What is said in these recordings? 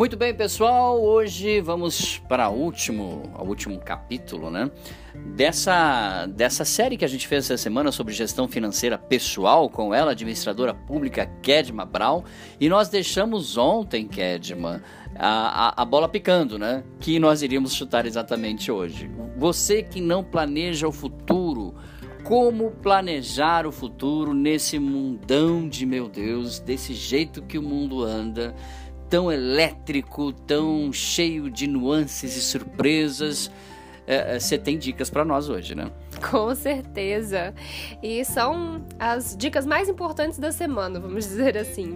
Muito bem, pessoal, hoje vamos para o último capítulo, né? Dessa série que a gente fez essa semana sobre gestão financeira pessoal com ela, administradora pública Kedma Brown, e nós deixamos ontem, Kedma, a bola picando, né? Que nós iríamos chutar exatamente hoje. Você que não planeja o futuro, como planejar o futuro nesse mundão de, meu Deus, desse jeito que o mundo anda, tão elétrico, tão cheio de nuances e surpresas. Você tem dicas para nós hoje, né? Com certeza. E são as dicas mais importantes da semana, vamos dizer assim.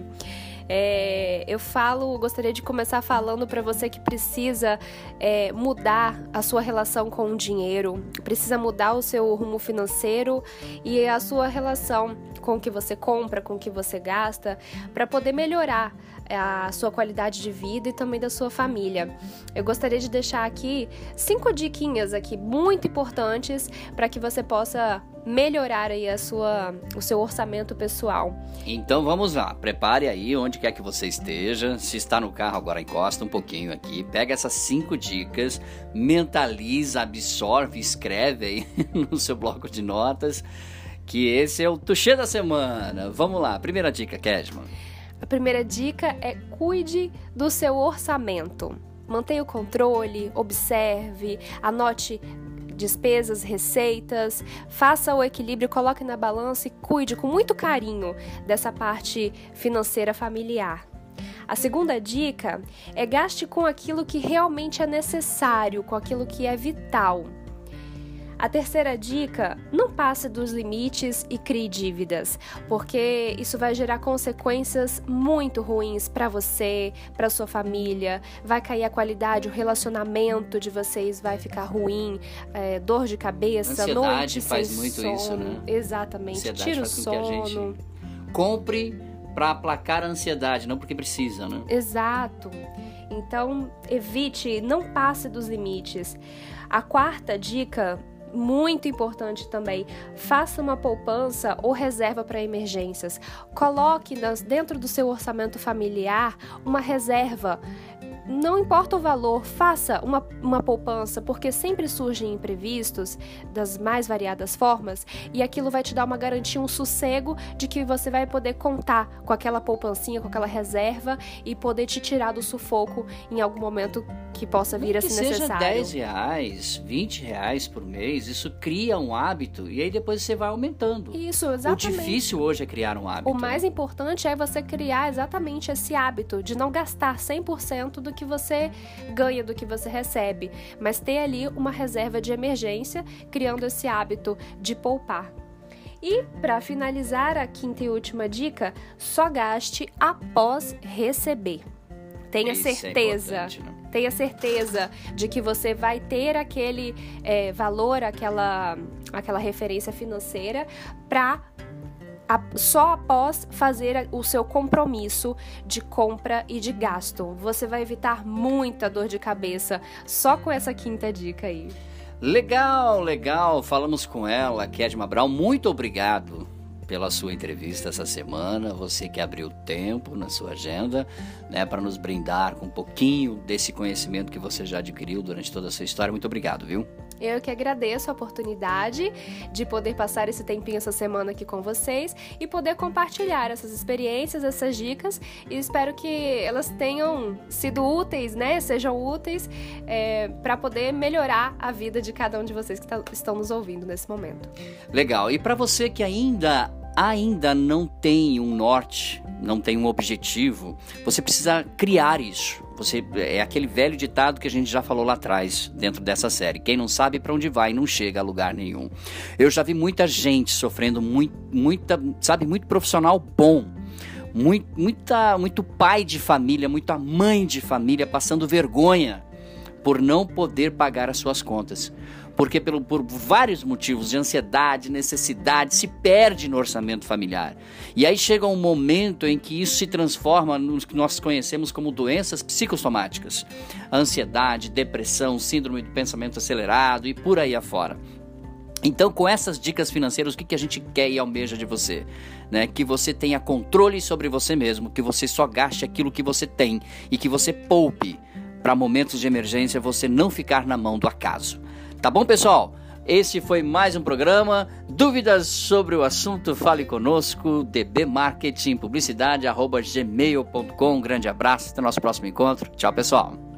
Gostaria de começar falando para você que precisa mudar a sua relação com o dinheiro, precisa mudar o seu rumo financeiro e a sua relação com o que você compra, com o que você gasta, para poder melhorar a sua qualidade de vida e também da sua família. Eu gostaria de deixar aqui 5 diquinhas aqui muito importantes para que você possa melhorar aí o seu orçamento pessoal. Então vamos lá, prepare aí onde quer que você esteja. Se está no carro agora, encosta um pouquinho aqui, pega essas 5 dicas, mentaliza, absorve, escreve aí no seu bloco de notas, que esse é o Tuxê da semana. Vamos lá, primeira dica, Kedma. A primeira dica é cuide do seu orçamento. Mantenha o controle, observe, anote despesas, receitas, faça o equilíbrio, coloque na balança e cuide com muito carinho dessa parte financeira familiar. A segunda dica é gaste com aquilo que realmente é necessário, com aquilo que é vital. A terceira dica, não passe dos limites e crie dívidas, porque isso vai gerar consequências muito ruins para você, para sua família, vai cair a qualidade, o relacionamento de vocês vai ficar ruim, dor de cabeça, ansiedade noite faz sem muito sono. isso, né? Exatamente, Ansiedade tira o faz com que a sono. gente compre para aplacar a ansiedade, não porque precisa, né? Exato. Então, evite, não passe dos limites. A quarta dica, muito importante também, faça uma poupança ou reserva para emergências. Coloque dentro do seu orçamento familiar uma reserva. Não importa o valor, faça uma poupança, porque sempre surgem imprevistos das mais variadas formas e aquilo vai te dar uma garantia, um sossego de que você vai poder contar com aquela poupancinha, com aquela reserva e poder te tirar do sufoco em algum momento que possa vir a ser necessário. Que seja R$10, R$20 por mês, isso cria um hábito e aí depois você vai aumentando. Isso, exatamente. O difícil hoje é criar um hábito. O mais importante é você criar exatamente esse hábito de não gastar 100% do que você ganha, do que você recebe, mas ter ali uma reserva de emergência, criando esse hábito de poupar. E, para finalizar, a quinta e última dica, só gaste após receber. Tenha certeza de que você vai ter aquele valor, aquela referência financeira só após fazer o seu compromisso de compra e de gasto. Você vai evitar muita dor de cabeça só com essa quinta dica aí. Legal. Falamos com ela, Kedma Brown. Muito obrigado pela sua entrevista essa semana. Você que abriu tempo na sua agenda, né, para nos brindar com um pouquinho desse conhecimento que você já adquiriu durante toda a sua história. Muito obrigado, viu? Eu que agradeço a oportunidade de poder passar esse tempinho essa semana aqui com vocês e poder compartilhar essas experiências, essas dicas, e espero que elas tenham sido úteis, né? Sejam úteis para poder melhorar a vida de cada um de vocês que estão nos ouvindo nesse momento. Legal. E para você que ainda não tem um norte, não tem um objetivo, você precisa criar isso. É aquele velho ditado que a gente já falou lá atrás, dentro dessa série. Quem não sabe para onde vai, não chega a lugar nenhum. Eu já vi muita gente sofrendo, muito profissional bom, muito pai de família, muita mãe de família passando vergonha por não poder pagar as suas contas. Porque por vários motivos de ansiedade, necessidade, se perde no orçamento familiar. E aí chega um momento em que isso se transforma no que nós conhecemos como doenças psicossomáticas. Ansiedade, depressão, síndrome do pensamento acelerado e por aí afora. Então, com essas dicas financeiras, o que a gente quer e almeja de você? Né? Que você tenha controle sobre você mesmo, que você só gaste aquilo que você tem e que você poupe para momentos de emergência, você não ficar na mão do acaso. Tá bom, pessoal? Esse foi mais um programa. Dúvidas sobre o assunto? Fale conosco, dbmarketingpublicidade@gmail.com. Um grande abraço, até o nosso próximo encontro. Tchau, pessoal.